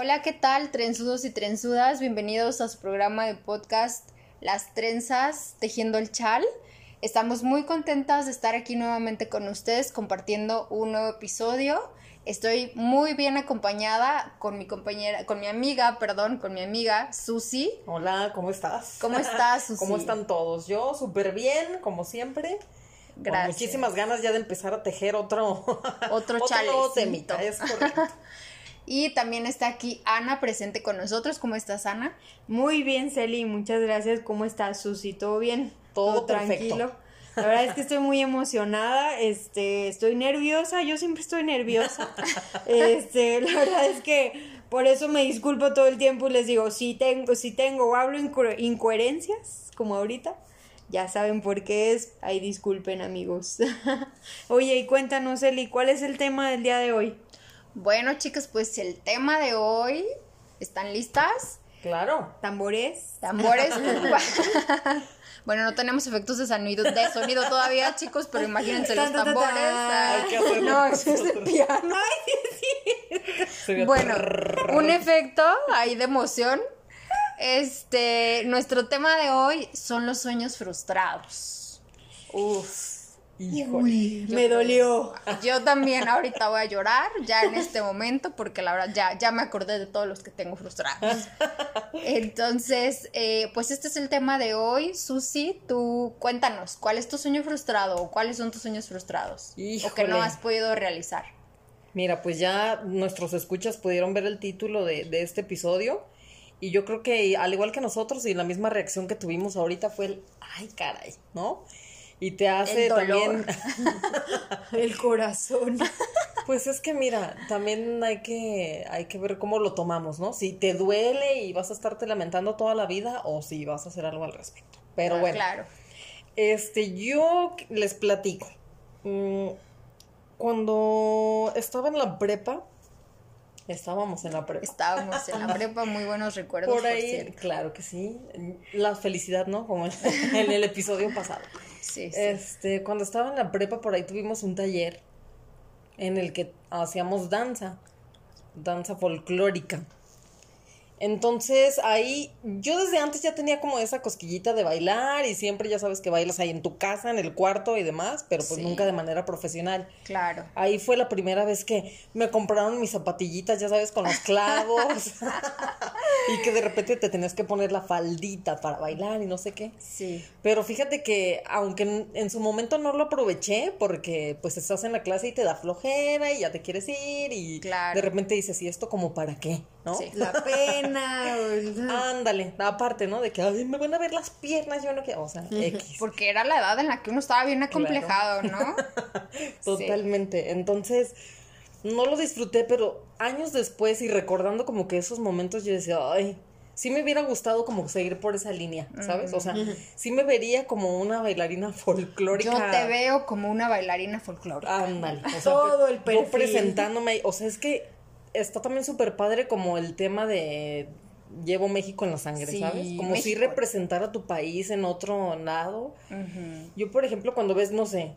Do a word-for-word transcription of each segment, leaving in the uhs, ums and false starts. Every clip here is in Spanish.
Hola, ¿qué tal, trenzudos y trenzudas? Bienvenidos a su programa de podcast Las Trenzas Tejiendo el Chal. Estamos muy contentas de estar aquí nuevamente con ustedes compartiendo un nuevo episodio. Estoy muy bien acompañada con mi compañera, con mi amiga, perdón, con mi amiga Susi. Hola, ¿cómo estás? ¿Cómo estás, Susi? ¿Cómo están todos? Yo súper bien, como siempre. Gracias. Con muchísimas ganas ya de empezar a tejer otro, otro, otro nuevo temita, es correcto. Y también está aquí Ana presente con nosotros. ¿Cómo estás, Ana? Muy bien, Celi, muchas gracias. ¿Cómo estás, Susi? ¿Todo bien? Todo, ¿Todo tranquilo? La verdad es que estoy muy emocionada, este, estoy nerviosa, yo siempre estoy nerviosa. Este, la verdad es que por eso me disculpo todo el tiempo y les digo, si tengo, si tengo o hablo inco- incoherencias, como ahorita, ya saben por qué es, ahí disculpen, amigos. Oye, y cuéntanos, Celi, ¿cuál es el tema del día de hoy? Bueno, chicas, pues el tema de hoy, ¿están listas? Claro. ¿Tambores? Tambores. Bueno, no tenemos efectos de sonido, de sonido todavía, chicos, pero imagínense los tambores. Hay que hacerlo. No, eso es de piano. Ay, sí, sí. Bueno, un efecto ahí de emoción. Este, nuestro tema de hoy son los sueños frustrados. Uf. Híjole. Uy, me dolió. Yo también ahorita voy a llorar, ya en este momento, porque la verdad ya, ya me acordé de todos los que tengo frustrados. Entonces, eh, pues este es el tema de hoy. Susi, tú cuéntanos, ¿cuál es tu sueño frustrado o cuáles son tus sueños frustrados? Híjole. O que no has podido realizar. Mira, pues ya nuestros escuchas pudieron ver el título de, de este episodio. Y yo creo que al igual que nosotros y la misma reacción que tuvimos ahorita fue el, ay caray, ¿no? Y te hace también el corazón. Pues es que mira, también hay que hay que ver cómo lo tomamos, ¿no? Si te duele y vas a estarte lamentando toda la vida o si vas a hacer algo al respecto. Pero ah, bueno, claro. Este, yo les platico. Cuando estaba en la prepa, estábamos en la prepa. Estábamos en la prepa, muy buenos recuerdos. Por ahí, por cierto. claro que sí. La felicidad, ¿no? Como en el episodio pasado. Sí, sí. Este, cuando estaba en la prepa, por ahí tuvimos un taller en el que hacíamos danza, danza folclórica. Entonces ahí yo desde antes ya tenía como esa cosquillita de bailar y siempre ya sabes que bailas ahí en tu casa, en el cuarto y demás, pero pues Sí. nunca de manera profesional. Claro. Ahí fue la primera vez que me compraron mis zapatillitas, ya sabes, con los clavos y que de repente te tenías que poner la faldita para bailar y no sé qué. Sí. Pero fíjate que aunque en, en su momento no lo aproveché porque pues estás en la clase y te da flojera y ya te quieres ir y Claro. de repente dices, ¿y esto como para qué? ¿No? Sí. La pena. Ándale, aparte, ¿no? De que ay, me van a ver las piernas, yo no quiero, o sea, X. Porque era la edad en la que uno estaba bien acomplejado, ¿no? Totalmente. Sí. Entonces, no lo disfruté, pero años después y recordando como que esos momentos yo decía, ay, sí me hubiera gustado como seguir por esa línea, ¿sabes? O sea, sí me vería como una bailarina folclórica. Yo te veo como una bailarina folclórica. Ándale. O sea, todo el perfil. Yo presentándome, o sea, es que está también súper padre como el tema de llevo México en la sangre, sí, ¿sabes? Como México. si representar a tu país en otro lado. Uh-huh. Yo, por ejemplo, cuando ves, no sé,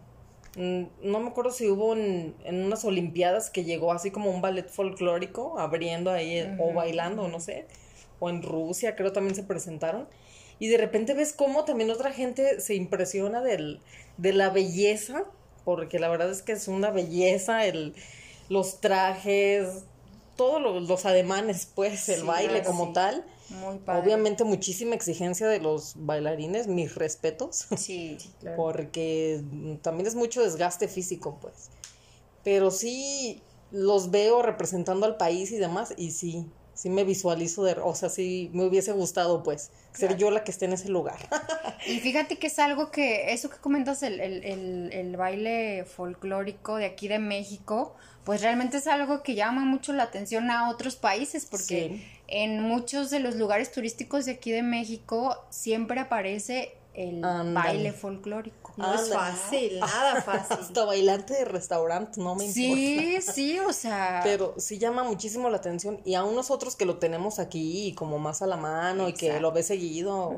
no me acuerdo si hubo en, en unas olimpiadas que llegó así como un ballet folclórico abriendo ahí uh-huh. o bailando, no sé, o en Rusia creo también se presentaron. Y de repente ves cómo también otra gente se impresiona del, de la belleza, porque la verdad es que es una belleza, el, los trajes, todos los, los ademanes, pues, el sí, baile sí. como tal. Muy padre. Obviamente muchísima exigencia de los bailarines, mis respetos. Sí, claro. Porque también es mucho desgaste físico, pues. Pero sí los veo representando al país y demás, y sí, sí me visualizo, de, o sea, sí me hubiese gustado, pues, claro. ser yo la que esté en ese lugar. Y fíjate que es algo que, eso que comentas, el, el, el, el baile folclórico de aquí de México, pues realmente es algo que llama mucho la atención a otros países, porque sí. en muchos de los lugares turísticos de aquí de México siempre aparece el Andale. baile folclórico. No Andale. es fácil, nada fácil. Hasta bailante de restaurante, no me sí, importa. Sí, sí, o sea. Pero sí llama muchísimo la atención. Y aún nosotros que lo tenemos aquí como más a la mano Exacto. y que lo ves seguido, uh-huh.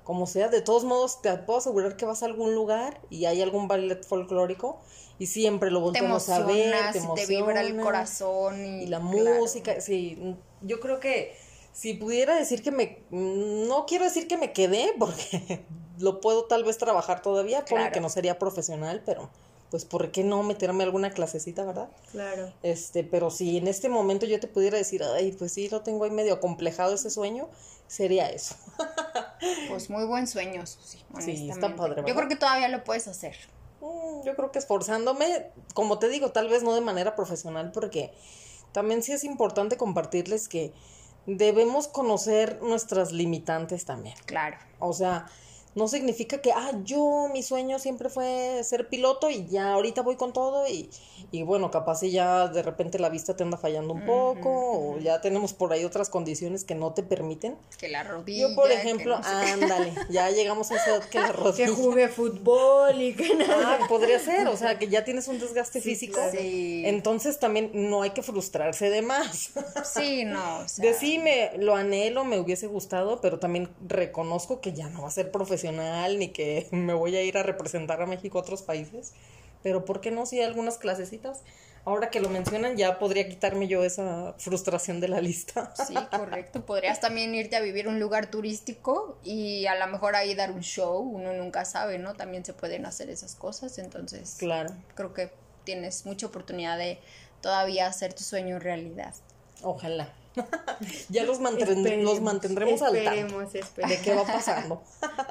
como sea, de todos modos te puedo asegurar que vas a algún lugar y hay algún ballet folclórico y siempre lo volvemos a ver, te emociona, te vibra el corazón y, y la claro. música, sí, yo creo que si pudiera decir que me, no quiero decir que me quedé porque lo puedo tal vez trabajar todavía, Claro. porque no sería profesional, pero pues ¿por qué no meterme alguna clasecita, verdad? Claro. Este, pero si en este momento yo te pudiera decir, ay, pues sí, lo tengo ahí medio complejado ese sueño, sería eso. Pues muy buen sueño, Susi, honestamente. Sí, está padre, ¿verdad? Yo creo que todavía lo puedes hacer. Mm, Yo creo que esforzándome, como te digo, tal vez no de manera profesional, porque también sí es importante compartirles que debemos conocer nuestras limitantes también. Claro. O sea, no significa que, ah, yo, mi sueño siempre fue ser piloto y ya ahorita voy con todo y, y bueno, capaz si ya de repente la vista te anda fallando un poco o ya tenemos por ahí otras condiciones que no te permiten. Que la rodilla. Yo, por que ejemplo, no sé qué. ándale, ya llegamos a esa edad que la rodilla. Que jugué fútbol y que nada. Ah, podría ser, o sea, que ya tienes un desgaste Sí, físico. claro. Sí. Entonces también no hay que frustrarse de más. Sí, no, o sea, De sí me lo anhelo, me hubiese gustado, pero también reconozco que ya no va a ser profesional ni que me voy a ir a representar a México a otros países. Pero ¿por qué no? Si hay algunas clasecitas. Ahora que lo mencionan, ya podría quitarme yo esa frustración de la lista. sí, correcto. Podrías también irte a vivir a un lugar turístico y a lo mejor ahí dar un show, uno nunca sabe, ¿no? También se pueden hacer esas cosas, entonces Claro, creo que tienes mucha oportunidad de todavía hacer tu sueño realidad. ojalá. Ya los, mantren- Esperemos, los mantendremos al tanto esperemos, de esperemos. qué va pasando.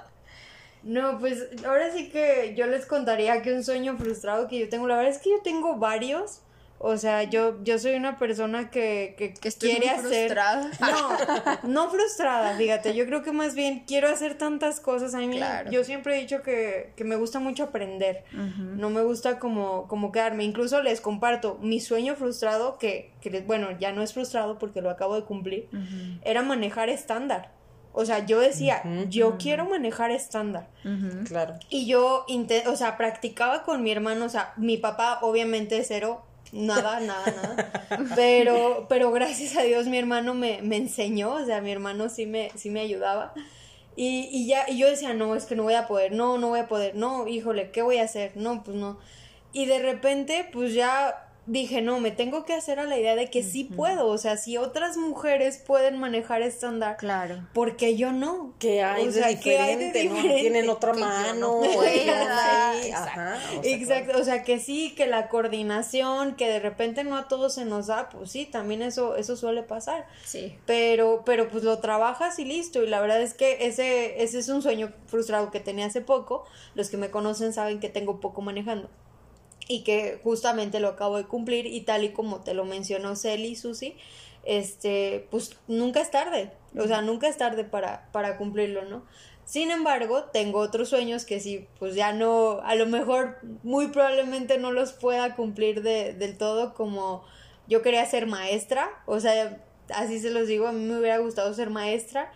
No, pues ahora sí que yo les contaría que un sueño frustrado que yo tengo, la verdad es que yo tengo varios. O sea, yo, yo soy una persona que, que, Que estoy quiere muy hacer... frustrada. No, no frustrada, fíjate, yo creo que más bien quiero hacer tantas cosas. A mí, Claro. yo siempre he dicho que, que me gusta mucho aprender, no me gusta como, como quedarme. Incluso les comparto mi sueño frustrado, que, que les- bueno, ya no es frustrado porque lo acabo de cumplir, era manejar estándar. O sea, yo decía, Ujú. yo quiero manejar estándar. Claro. Y yo, inte- o sea, practicaba con mi hermano, o sea, mi papá obviamente cero, nada, nada, nada, pero, pero gracias a Dios mi hermano me, me enseñó, o sea, mi hermano sí me, sí me ayudaba, y, y ya, y yo decía, no, es que no voy a poder, no, no voy a poder, no, híjole, ¿qué voy a hacer? No, pues no, y de repente, pues ya dije, no, me tengo que hacer a la idea de que sí puedo, o sea, si otras mujeres pueden manejar estándar, Claro. ¿por qué yo no? ¿Qué hay, O de sea, ¿qué hay de diferente, no? diferente? Tienen otra Que yo mano. no o pueda. sí, Exacto. ajá, o sea, Exacto, o sea que sí, que la coordinación, que de repente no a todos se nos da, pues sí, también eso, eso suele pasar. Sí. Pero, pero pues lo trabajas y listo. Y la verdad es que ese, ese es un sueño frustrado que tenía hace poco. Los que me conocen saben que tengo poco manejando. Y que justamente lo acabo de cumplir. Y tal y como te lo mencionó Celi, Susi, este, pues nunca es tarde. O sea, nunca es tarde para, para cumplirlo, ¿no? Sin embargo, tengo otros sueños que sí, pues ya no, a lo mejor muy probablemente no los pueda cumplir de, del todo, como yo quería ser maestra, o sea, así se los digo, a mí me hubiera gustado ser maestra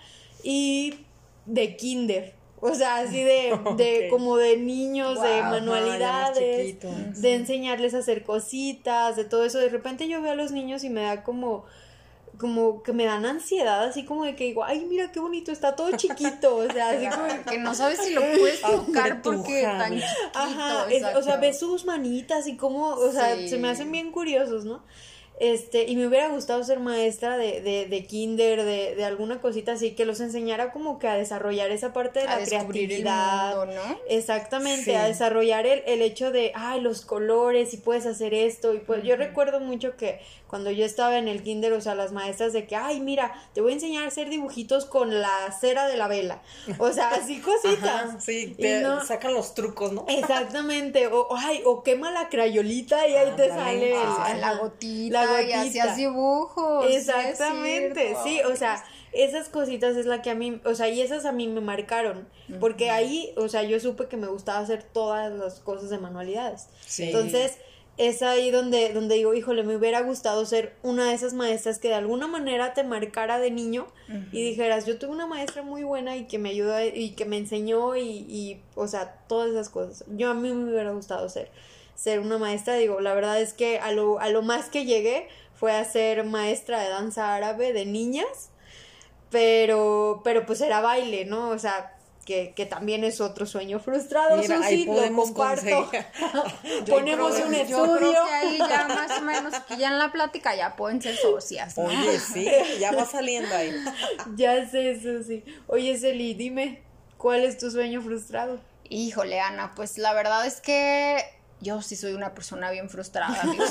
y de kinder, o sea, así de, de Ok. como de niños, de Ajá, ya más manualidades, chiquito. de enseñarles a hacer cositas, de todo eso. De repente yo veo a los niños y me da como como que me dan ansiedad, así como de que digo, ay, mira qué bonito, está todo chiquito, o sea, así como Que no sabes si lo puedes tocar Apretujado. porque tan chiquito. ajá, es- o sea, exacto. ves sus manitas y cómo, o sea, Sí. se me hacen bien curiosos, ¿no? Este, y me hubiera gustado ser maestra de, de, de kinder, de, de alguna cosita así, que los enseñara como que a desarrollar esa parte de A la descubrir el creatividad. mundo, ¿no? Exactamente, Sí. a desarrollar el, el hecho de, ay, los colores, y puedes hacer esto, y pues yo recuerdo mucho que cuando yo estaba en el kinder, o sea, las maestras de que, ay, mira, te voy a enseñar a hacer dibujitos con la cera de la vela, o sea, así cositas. Ajá, sí, Y te no- sacan los trucos, ¿no? Exactamente, o, ay, o quema la crayolita y ahí te Ándale, sale el- Ah, ajá, la gotita, la y gotita. hacías dibujos. Exactamente, es sí, cierto. o sea, esas cositas es la que a mí, o sea, y esas a mí me marcaron, porque ahí, o sea, yo supe que me gustaba hacer todas las cosas de manualidades. Sí. Entonces, es ahí donde, donde digo, híjole, me hubiera gustado ser una de esas maestras que de alguna manera te marcara de niño y dijeras, yo tuve una maestra muy buena y que me ayudó y que me enseñó y, y, o sea, todas esas cosas. Yo a mí me hubiera gustado ser, ser una maestra, digo, la verdad es que a lo, a lo más que llegué fue a ser maestra de danza árabe de niñas, pero, pero pues era baile, ¿no? O sea, que, que también es otro sueño frustrado, Mira, Susi, ahí lo podemos comparto. conseguir. Ponemos Yo un creo- estudio. Yo creo que ahí ya más o menos, que ya en la plática ya pueden ser socias, ¿no? Oye, sí, ya va saliendo ahí. Ya sé, Susi. Oye, Celi, dime, ¿cuál es tu sueño frustrado? Híjole, Ana, pues la verdad es que yo sí soy una persona bien frustrada, amigos.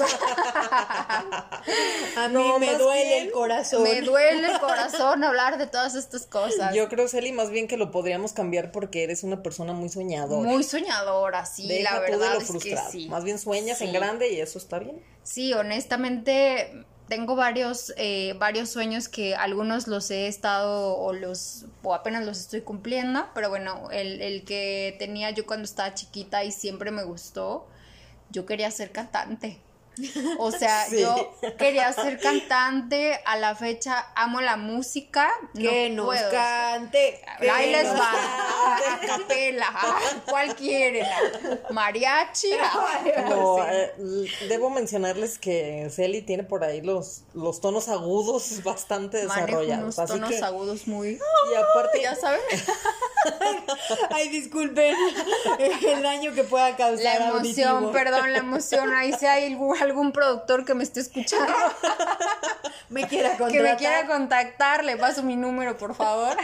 A mí No, me más duele bien, el corazón. Me duele el corazón hablar de todas estas cosas. Yo creo, Celi, más bien que lo podríamos cambiar porque eres una persona muy soñadora. Muy soñadora, sí, Deja la tú de verdad lo es que frustrado. sí. Más bien sueñas en Sí. grande y eso está bien. Sí, honestamente tengo varios, eh, varios sueños que algunos los he estado o los o apenas los estoy cumpliendo, pero bueno, el, el que tenía yo cuando estaba chiquita y siempre me gustó, yo quería ser cantante. O sea, Sí. yo quería ser cantante, a la fecha amo la música, Que no nos puedo. cante. que Ahí les nos va, cante. a capela, ah, ¿cuál quieren? Mariachi. No, Sí. eh, l- debo mencionarles que Celi tiene por ahí los, los tonos agudos bastante Manejo desarrollados. unos Así tonos que, agudos muy, y aparte, ya saben, Ay, disculpen el daño que pueda causar la emoción, auditivo. perdón, la emoción. Ahí si hay algún, algún productor que me esté escuchando, Me quiera que contratar. me quiera contactar, le paso mi número, por favor.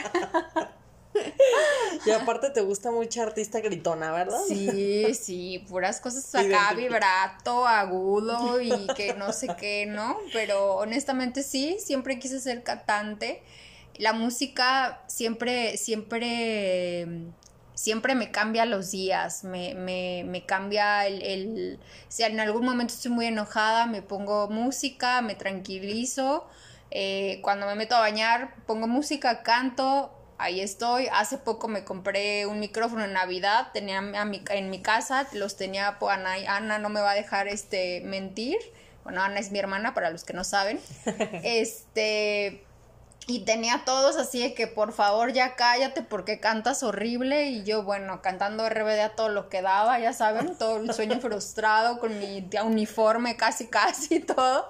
y aparte te gusta mucha artista gritona, ¿verdad? Sí, sí, puras cosas acá, Identifica. vibrato, agudo y que no sé qué, ¿no? Pero honestamente sí, siempre quise ser cantante. La música siempre, siempre, siempre me cambia los días, me, me, me cambia el, el... Si en algún momento estoy muy enojada, me pongo música, me tranquilizo. Eh, cuando me meto a bañar, pongo música, canto. Ahí estoy. Hace poco me compré un micrófono en Navidad, tenía a mi- en mi casa, los tenía, pues, Ana, Ana no me va a dejar este mentir. Bueno, Ana es mi hermana, para los que no saben. Este, y tenía todos así de que por favor ya cállate porque cantas horrible. Y yo, bueno, cantando R B D a todo lo que daba, ya saben, todo el sueño frustrado con mi uniforme casi casi todo.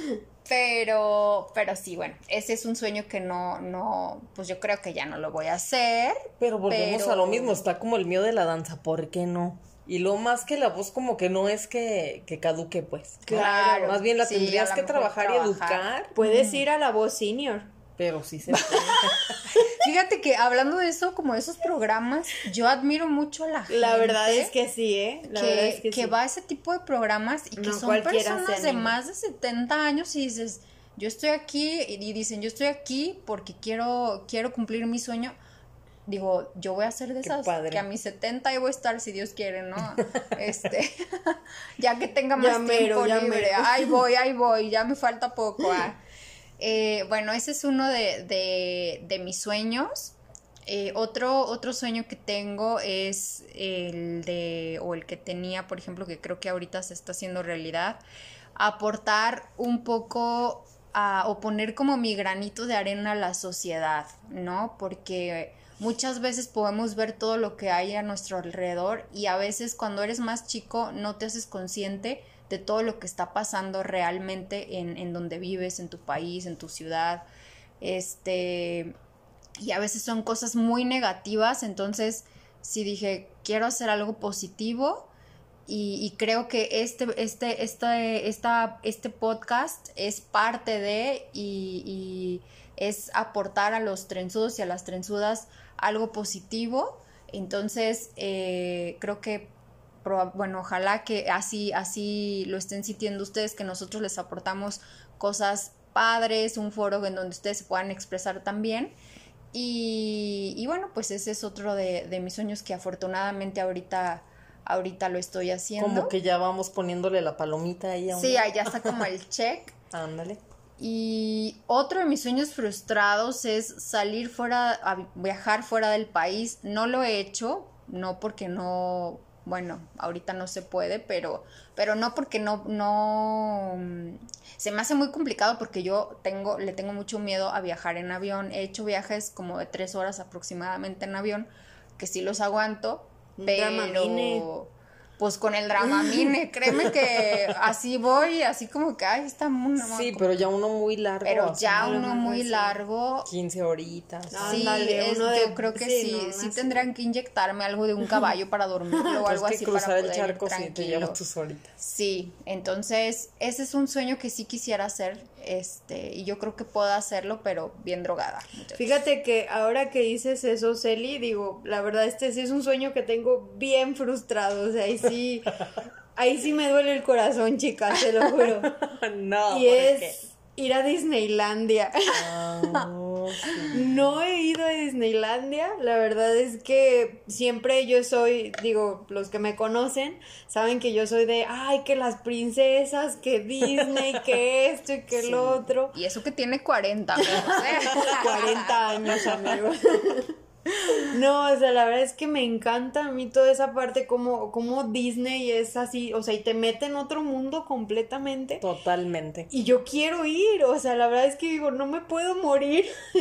Pero, pero sí, bueno, ese es un sueño que no, no, pues yo creo que ya no lo voy a hacer. Pero volvemos pero- a lo mismo, está como el miedo de la danza, ¿por qué no? Y lo más que la voz como que no es que, que caduque, pues. ¿no? Claro, Más bien la sí, tendrías a que lo mejor trabajar, y trabajar. educar, Puedes ir a la voz senior. pero sí se puede. Fíjate que hablando de eso, como de esos programas, yo admiro mucho a la gente. La verdad es que sí, ¿eh? La que, verdad es que, que sí. va a ese tipo de programas y que No son cualquiera se personas de anima. más de setenta años y dices, yo estoy aquí, y dicen, yo estoy aquí porque quiero, quiero cumplir mi sueño. Digo, yo voy a ser de Qué esas padre. que a mis setenta ahí voy a estar, si Dios quiere, ¿no? Este, ya que tenga Ya más mero, tiempo ya libre. mero. Ahí voy, ahí voy, ya me falta poco. ah. Eh, bueno, ese es uno de, de, de mis sueños. Eh, otro, otro sueño que tengo es el de, o el que tenía, por ejemplo, que creo que ahorita se está haciendo realidad, aportar un poco a, o poner como mi granito de arena a la sociedad, ¿no? Porque muchas veces podemos ver todo lo que hay a nuestro alrededor y a veces cuando eres más chico no te haces consciente de todo lo que está pasando realmente en, en donde vives, en tu país, en tu ciudad, este, y a veces son cosas muy negativas. Entonces sí dije, quiero hacer algo positivo y, y creo que este, este, este, esta, este podcast es parte de y, y es aportar a los trenzudos y a las trenzudas algo positivo. Entonces eh, creo que bueno, ojalá que así, así lo estén sintiendo ustedes, que nosotros les aportamos cosas padres, un foro en donde ustedes se puedan expresar también. Y, y bueno, pues ese es otro de, de mis sueños que afortunadamente ahorita, ahorita lo estoy haciendo. Como que ya vamos poniéndole la palomita ahí a un... Sí, ahí ya está como el check. Ándale. Y otro de mis sueños frustrados es salir fuera, a viajar fuera del país. No lo he hecho, no porque no... Bueno, ahorita no se puede, pero, pero no porque no, no, se me hace muy complicado porque yo tengo, le tengo mucho miedo a viajar en avión. He hecho viajes como de tres horas aproximadamente en avión, que sí los aguanto, pero, pues con el Dramamine, créeme que así voy, así como que, ay, está muy... Sí, pero ya uno muy largo. Pero ya no, uno no, muy sí. largo. quince horitas. Sí, Ándale, es- uno de- yo creo que sí, sí, no, sí, no, sí. tendrán que inyectarme algo de un caballo para dormirlo o algo Es que así cruzar para el poder ir charco sí te tranquilo. lleva tus horitas. Sí, entonces ese es un sueño que sí quisiera hacer, este, y yo creo que puedo hacerlo, pero bien drogada. muchachos. Fíjate que ahora que dices eso, Celi, digo, la verdad este sí es un sueño que tengo bien frustrado, o sea, ahí sí, ahí sí me duele el corazón, chicas, te lo juro. No, Y ¿por es qué? ir a Disneylandia. Ah, sí. No he ido a Disneylandia, la verdad es que siempre yo soy, digo, los que me conocen saben que yo soy de, ay, que las princesas, que Disney, que esto y que Sí. lo otro. Y eso que tiene cuarenta, amigos, ¿eh? cuarenta años, amigos. No, o sea, la verdad es que me encanta a mí toda esa parte como, como Disney es así, o sea, y te mete en otro mundo completamente. Totalmente. Y yo quiero ir, o sea, la verdad es que digo, no me puedo morir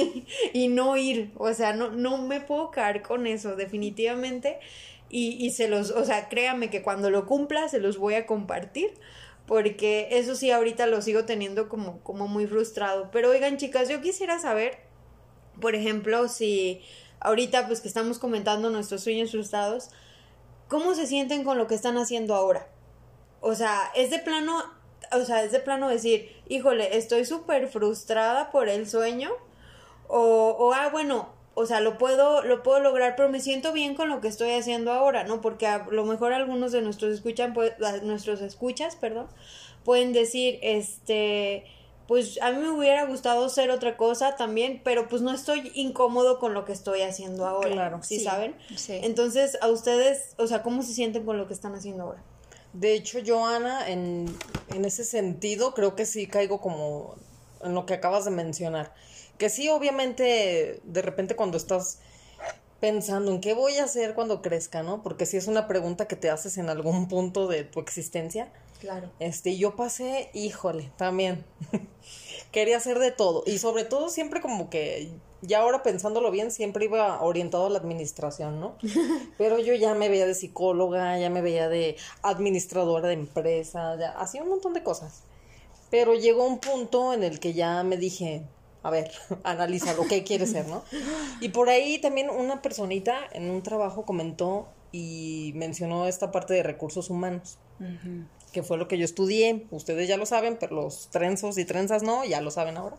y no ir, o sea, no, no me puedo quedar con eso, definitivamente. Y, y se los, o sea, créame que cuando lo cumpla se los voy a compartir, porque eso sí, ahorita lo sigo teniendo como, como muy frustrado. Pero oigan, chicas, yo quisiera saber, por ejemplo, si ahorita pues que estamos comentando nuestros sueños frustrados, ¿cómo se sienten con lo que están haciendo ahora? O sea, es de plano, o sea, es de plano decir, híjole, estoy súper frustrada por el sueño, o, o, ah, bueno, o sea, lo puedo, lo puedo lograr, pero me siento bien con lo que estoy haciendo ahora, ¿no? Porque a lo mejor algunos de nuestros escuchan, pues, nuestros escuchas, perdón, pueden decir, este, pues a mí me hubiera gustado hacer otra cosa también, pero pues no estoy incómodo con lo que estoy haciendo ahora, Claro. ¿sí, Sí, saben? sí. Entonces, a ustedes, o sea, ¿cómo se sienten con lo que están haciendo ahora? De hecho, Joana, en, en ese sentido, creo que sí caigo como en lo que acabas de mencionar. Que sí, obviamente, de repente cuando estás pensando en qué voy a hacer cuando crezca, ¿no? Porque sí es una pregunta que te haces en algún punto de tu existencia. Claro. Este, yo pasé, híjole, también. Quería hacer de todo. Y sobre todo siempre como que, ya ahora pensándolo bien, siempre iba orientado a la administración, ¿no? Pero yo ya me veía de psicóloga, ya me veía de administradora de empresa, ya hacía un montón de cosas. Pero llegó un punto en el que ya me dije, a ver, analízalo, ¿qué quieres ser, no? Y por ahí también una personita en un trabajo comentó y mencionó esta parte de recursos humanos. Ujú. Que fue lo que yo estudié, ustedes ya lo saben, pero los trenzos y trenzas no, ya lo saben ahora.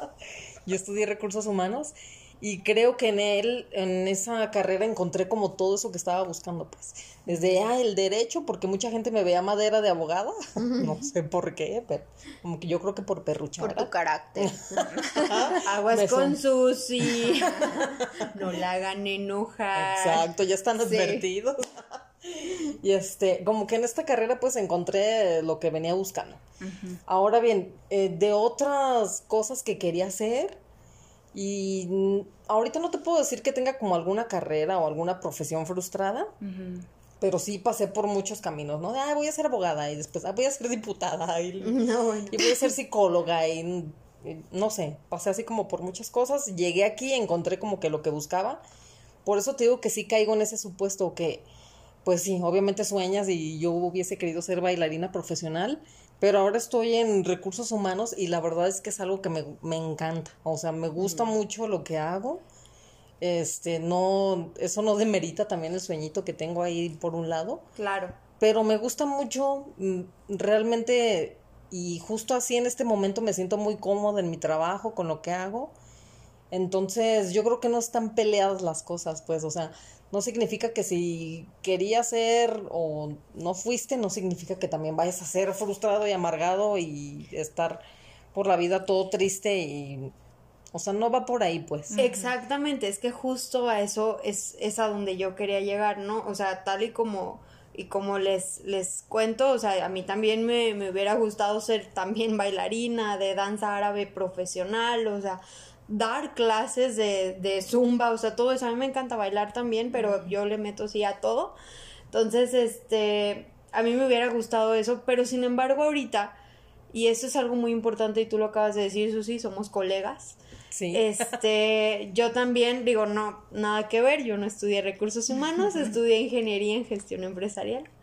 Yo estudié recursos humanos y creo que en él, en esa carrera encontré como todo eso que estaba buscando, pues. Desde, ah, el derecho, porque mucha gente me veía madera de abogada, no sé por qué, pero como que yo creo que por perruchar. Por tu carácter. Aguas Me con son- Susi. No la hagan enojar. Exacto, ya están Sí. advertidos. Y este, como que en esta carrera pues encontré lo que venía buscando. Ujú. Ahora bien, eh, de otras cosas que quería hacer, y mm, ahorita no te puedo decir que tenga como alguna carrera o alguna profesión frustrada, Ujú. pero sí pasé por muchos caminos, ¿no? De, ah, voy a ser abogada y después, ah, voy a ser diputada y, No, bueno. y voy a ser psicóloga y, y no sé, pasé así como por muchas cosas. Llegué aquí, encontré como que lo que buscaba. Por eso te digo que sí caigo en ese supuesto que, pues sí, obviamente sueñas y yo hubiese querido ser bailarina profesional, pero ahora estoy en recursos humanos y la verdad es que es algo que me, me encanta. O sea, me gusta mucho lo que hago. Este, no, eso no demerita también el sueñito que tengo ahí por un lado, Claro. pero me gusta mucho, mm, realmente, y justo así en este momento me siento muy cómoda en mi trabajo, con lo que hago. Entonces, yo creo que no están peleadas las cosas, pues, o sea, no significa que si querías ser o no fuiste, no significa que también vayas a ser frustrado y amargado y estar por la vida todo triste y, o sea, no va por ahí, pues. Exactamente, es que justo a eso es, es a donde yo quería llegar, ¿no? O sea, tal y como, y como les, les cuento, o sea, a mí también me, me hubiera gustado ser también bailarina de danza árabe profesional, o sea, dar clases de, de zumba, o sea, todo eso. A mí me encanta bailar también, pero yo le meto sí a todo. Entonces, este, a mí me hubiera gustado eso, pero sin embargo ahorita, y eso es algo muy importante y tú lo acabas de decir, Susi, somos colegas. Sí. Este, yo también digo, no, nada que ver, yo no estudié recursos humanos, estudié ingeniería en gestión empresarial.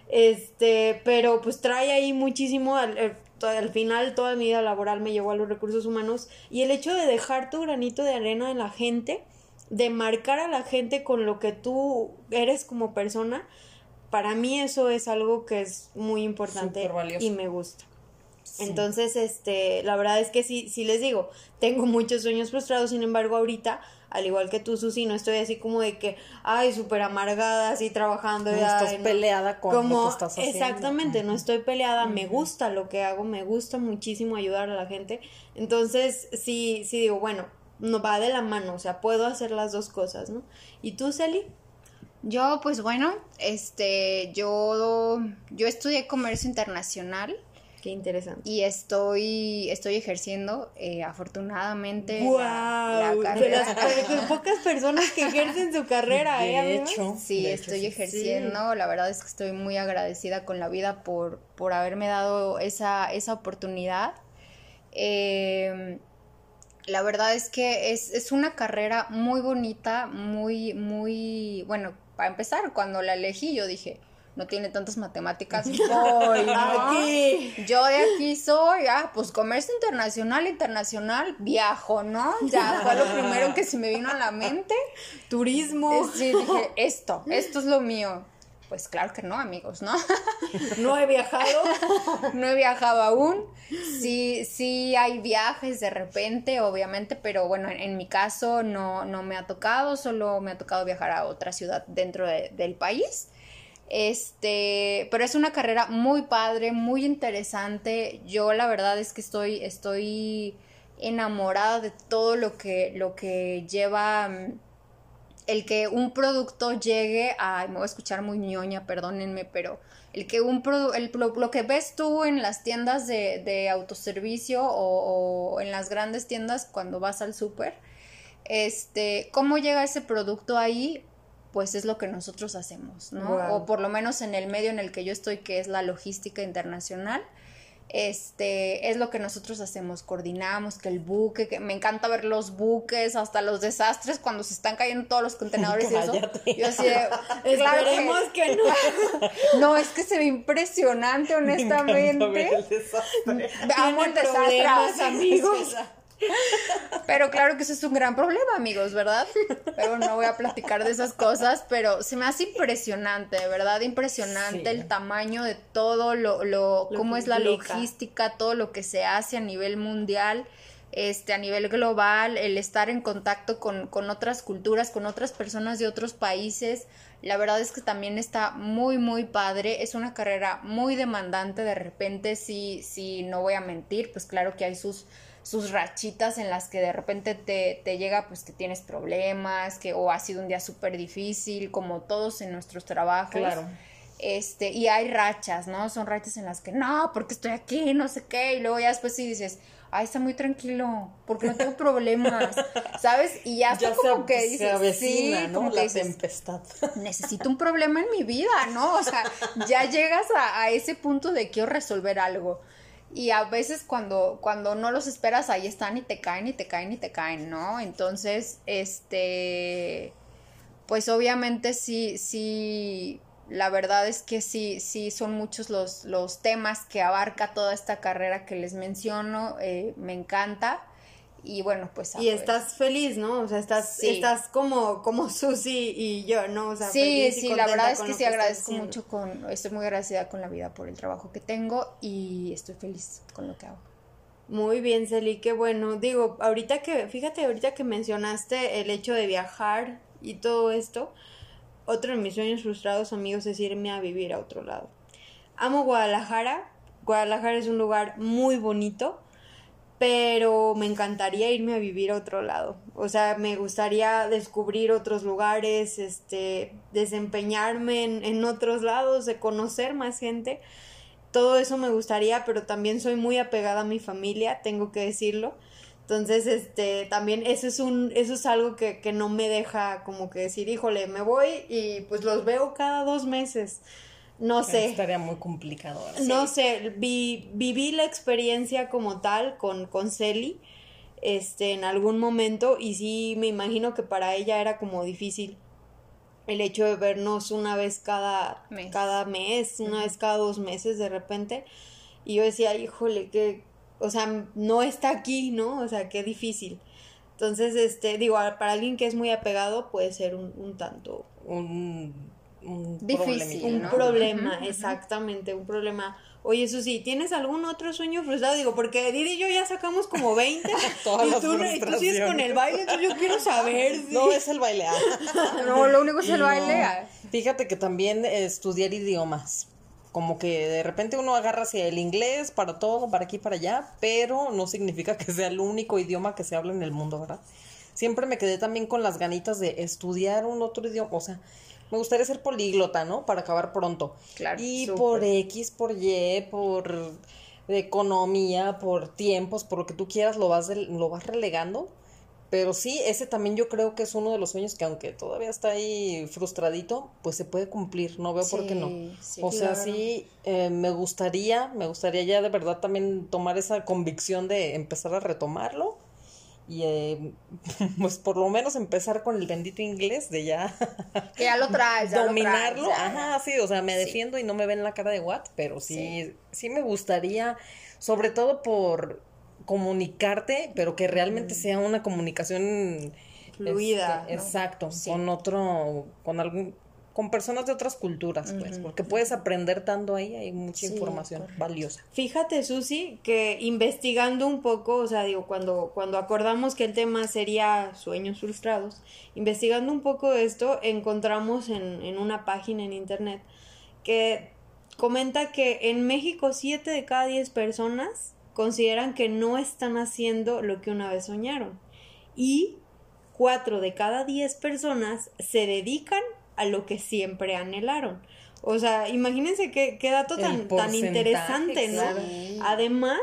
Este, pero pues trae ahí muchísimo, al, al final toda mi vida laboral me llevó a los recursos humanos, y el hecho de dejar tu granito de arena en la gente, de marcar a la gente con lo que tú eres como persona, para mí eso es algo que es muy importante y me gusta. Sí. Entonces, este, la verdad es que sí, sí les digo, tengo muchos sueños frustrados, sin embargo, ahorita, al igual que tú, Susi, no estoy así como de que, ay, súper amargada, así trabajando. No ya, estás no, peleada con como, lo que estás haciendo. Exactamente, uh-huh. No estoy peleada, uh-huh. Me gusta lo que hago, me gusta muchísimo ayudar a la gente. Entonces, sí, sí digo, bueno, no va de la mano, o sea, puedo hacer las dos cosas, ¿no? ¿Y tú, Celi? Yo, pues bueno, este, yo, yo estudié comercio internacional. Qué interesante. Y estoy, estoy ejerciendo, eh, afortunadamente, wow, la, la carrera. De las pocas personas que ejercen su carrera, de ¿eh? Hecho, sí, de estoy hecho, ejerciendo. Sí. La verdad es que estoy muy agradecida con la vida por, por haberme dado esa, esa oportunidad. Eh, la verdad es que es, es una carrera muy bonita, muy, muy, bueno, para empezar, cuando la elegí yo dije, no tiene tantas matemáticas, voy, ¿no? Aquí. Yo de aquí soy, ah, pues comercio internacional, internacional, viajo, ¿no? Ya fue lo primero que se me vino a la mente. Turismo. Sí, dije, esto, esto es lo mío. Pues claro que no, amigos, ¿no? No he viajado. No he viajado aún. Sí, sí hay viajes de repente, obviamente, pero bueno, en, en mi caso no, no me ha tocado, solo me ha tocado viajar a otra ciudad dentro de, del país. Este, pero es una carrera muy padre, muy interesante. Yo la verdad es que estoy, estoy enamorada de todo lo que, lo que lleva el que un producto llegue a, me voy a escuchar muy ñoña, perdónenme, pero el que un produ- el, lo, lo que ves tú en las tiendas de, de autoservicio o, o en las grandes tiendas cuando vas al súper, este, cómo llega ese producto ahí, pues es lo que nosotros hacemos, ¿no? Wow. O por lo menos en el medio en el que yo estoy, que es la logística internacional, este, es lo que nosotros hacemos, coordinamos, que el buque, que me encanta ver los buques, hasta los desastres cuando se están cayendo todos los contenedores y eso. Yo así de, claro esperemos que, que no. No, es que se ve impresionante, honestamente. Me encanta ver el desastre. Amo el desastre, amigos. Pero claro que eso es un gran problema, amigos, ¿verdad? Pero no voy a platicar de esas cosas, pero se me hace impresionante, de verdad, impresionante sí. El tamaño de todo, lo, lo, lo cómo es la logística, todo lo que se hace a nivel mundial, este, a nivel global, el estar en contacto con, con otras culturas, con otras personas de otros países. La verdad es que también está muy, muy padre. Es una carrera muy demandante. De repente, sí, sí, no voy a mentir, pues claro que hay sus sus rachitas en las que de repente te, te llega pues que tienes problemas, que o ha sido un día súper difícil, como todos en nuestros trabajos. Claro. Este, y hay rachas, ¿no? Son rachas en las que, no, porque estoy aquí, no sé qué, y luego ya después sí dices, ay, está muy tranquilo, porque no tengo problemas, ¿sabes? Y ya está ya como se, que dices, se avecina, sí, ¿no? como La que dices, tempestad. Necesito un problema en mi vida, ¿no? O sea, ya llegas a, a ese punto de quiero resolver algo. Y a veces cuando, cuando no los esperas, ahí están y te caen y te caen y te caen, ¿no? Entonces, este, pues obviamente sí, sí, la verdad es que sí, sí son muchos los, los temas que abarca toda esta carrera que les menciono, eh, me encanta. Y bueno, pues... Y estás feliz, ¿no? O sea, estás, sí. estás como, como Susi y yo, ¿no? O sea, sí, feliz y sí, la verdad es que que sí agradezco mucho con... Estoy muy agradecida con la vida por el trabajo que tengo y estoy feliz con lo que hago. Muy bien, Celi, qué bueno. Digo, ahorita que, fíjate, ahorita que mencionaste el hecho de viajar y todo esto, otro de mis sueños frustrados, amigos, es irme a vivir a otro lado. Amo Guadalajara. Guadalajara es un lugar muy bonito, pero me encantaría irme a vivir a otro lado. O sea, me gustaría descubrir otros lugares, este, desempeñarme en, en otros lados, de conocer más gente. Todo eso me gustaría, pero también soy muy apegada a mi familia, tengo que decirlo. Entonces, este, también eso es un, eso es algo que, que no me deja como que decir, híjole, me voy y pues los veo cada dos meses. No sé. Estaría muy complicado. ¿Sí? No sé, vi, viví la experiencia como tal con, con Celi, este, en algún momento, y sí me imagino que para ella era como difícil el hecho de vernos una vez cada mes, cada mes una uh-huh. vez cada dos meses de repente, y yo decía, híjole, que, o sea, no está aquí, ¿no? O sea, qué difícil. Entonces, este, digo, para alguien que es muy apegado puede ser un, un tanto... Un, un difícil, Un ¿no? problema, Uh-huh. exactamente, un problema. Oye, Susi, ¿tienes algún otro sueño frustrado? Digo, porque Didi y yo ya sacamos como veinte Todas y, las tú, y tú sigues con el baile, entonces yo quiero saber. ¿Sí? No, es el baile. No, lo único es el no, baile. Fíjate que también estudiar idiomas. Como que de repente uno agarra hacia el inglés para todo, para aquí, para allá, pero no significa que sea el único idioma que se habla en el mundo, ¿verdad? Siempre me quedé también con las ganitas de estudiar un otro idioma, o sea, me gustaría ser políglota, ¿no? Para acabar pronto. Claro. Y Súper. por X, por Y, por economía, por tiempos, por lo que tú quieras, lo vas, de, lo vas relegando. Pero sí, ese también yo creo que es uno de los sueños que aunque todavía está ahí frustradito, pues se puede cumplir, no veo Sí, por qué no. sí, o sea, claro. sí, eh, me gustaría, me gustaría ya de verdad también tomar esa convicción de empezar a retomarlo y eh, pues por lo menos empezar con el bendito inglés de ya, Que ya lo traes, ya dominarlo. lo traes, ya, Ajá, sí, o sea, me Sí. defiendo y no me ven la cara de what, pero sí, Sí. sí me gustaría, sobre todo por comunicarte, pero que realmente sea una comunicación Fluida, este, ¿no? exacto, Sí. con otro, con algún, con personas de otras culturas, pues, Ujú. porque puedes aprender tanto ahí, hay mucha Sí, información correcto. valiosa. Fíjate, Susi, que investigando un poco, o sea, digo, cuando, cuando acordamos que el tema sería sueños frustrados, investigando un poco esto, encontramos en, en una página en internet que comenta que en México siete de cada diez personas consideran que no están haciendo lo que una vez soñaron, y cuatro de cada diez personas se dedican a lo que siempre anhelaron. O sea, imagínense qué, qué dato El tan, tan porcentaje, interesante, ¿no? claro. Además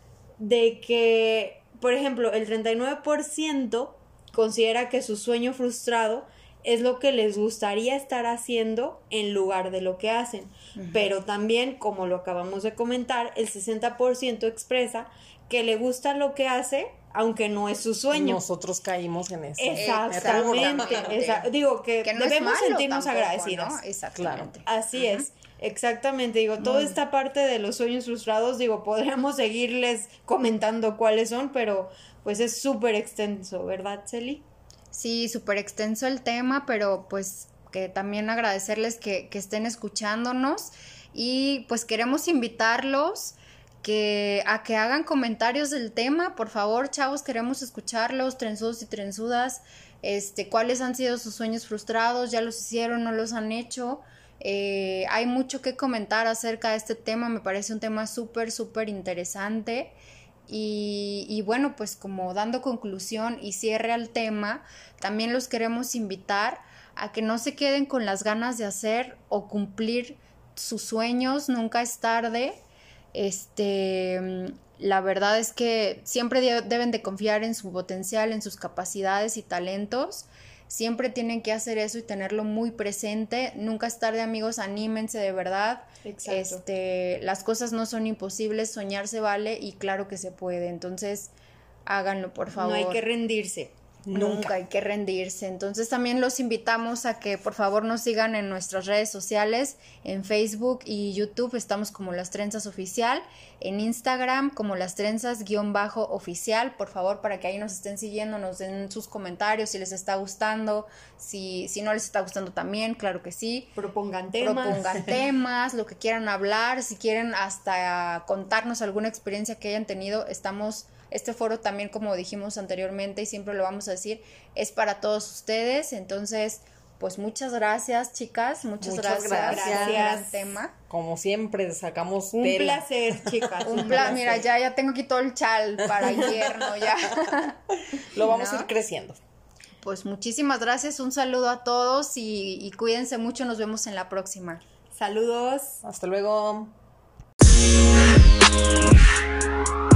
de que, por ejemplo, el treinta y nueve por ciento considera que su sueño frustrado es lo que les gustaría estar haciendo en lugar de lo que hacen. Uh-huh. Pero también, como lo acabamos de comentar, el sesenta por ciento expresa que le gusta lo que hace, aunque no es su sueño. Nosotros caímos en eso. Exactamente. Esa, digo que, que no debemos es malo sentirnos tampoco, agradecidas. ¿no? Exactamente. Claro. Así uh-huh. es. Exactamente, digo, Muy toda bien. esta parte de los sueños frustrados, digo, podríamos seguirles comentando cuáles son, pero pues es súper extenso, ¿verdad, Celi? Sí, súper extenso el tema, pero pues que también agradecerles que, que estén escuchándonos y pues queremos invitarlos que, a que hagan comentarios del tema, por favor, chavos, queremos escucharlos, trenzudos y trenzudas, este, cuáles han sido sus sueños frustrados, ya los hicieron, no los han hecho. Eh, hay mucho que comentar acerca de este tema, me parece un tema súper, súper interesante. Y, y bueno, pues como dando conclusión y cierre al tema, también los queremos invitar a que no se queden con las ganas de hacer o cumplir sus sueños, nunca es tarde. Este, la verdad es que siempre de- deben de confiar en su potencial, en sus capacidades y talentos. Siempre tienen que hacer eso y tenerlo muy presente. Nunca es tarde, amigos, anímense de verdad. Exacto. Este, las cosas no son imposibles, soñar se vale y claro que se puede. Entonces, háganlo, por favor. No hay que rendirse. Nunca. Nunca. hay que rendirse. Entonces también los invitamos a que por favor nos sigan en nuestras redes sociales, en Facebook y YouTube estamos como Las Trenzas Oficial, en Instagram como Las Trenzas guión bajo oficial, por favor, para que ahí nos estén siguiendo, nos den sus comentarios si les está gustando, si, si no les está gustando también, claro que sí. Propongan temas. Propongan temas, lo que quieran hablar, si quieren hasta contarnos alguna experiencia que hayan tenido, estamos... Este foro también, como dijimos anteriormente y siempre lo vamos a decir, es para todos ustedes. Entonces, pues muchas gracias, chicas. Muchas, Muchas gracias. gracias. Gran tema. Como siempre, sacamos Un tela. placer, chicas. Un pla- Mira, ya, ya tengo aquí todo el chal para invierno ya. Lo vamos ¿No? a ir creciendo. Pues muchísimas gracias. Un saludo a todos y, y cuídense mucho. Nos vemos en la próxima. Saludos. Hasta luego.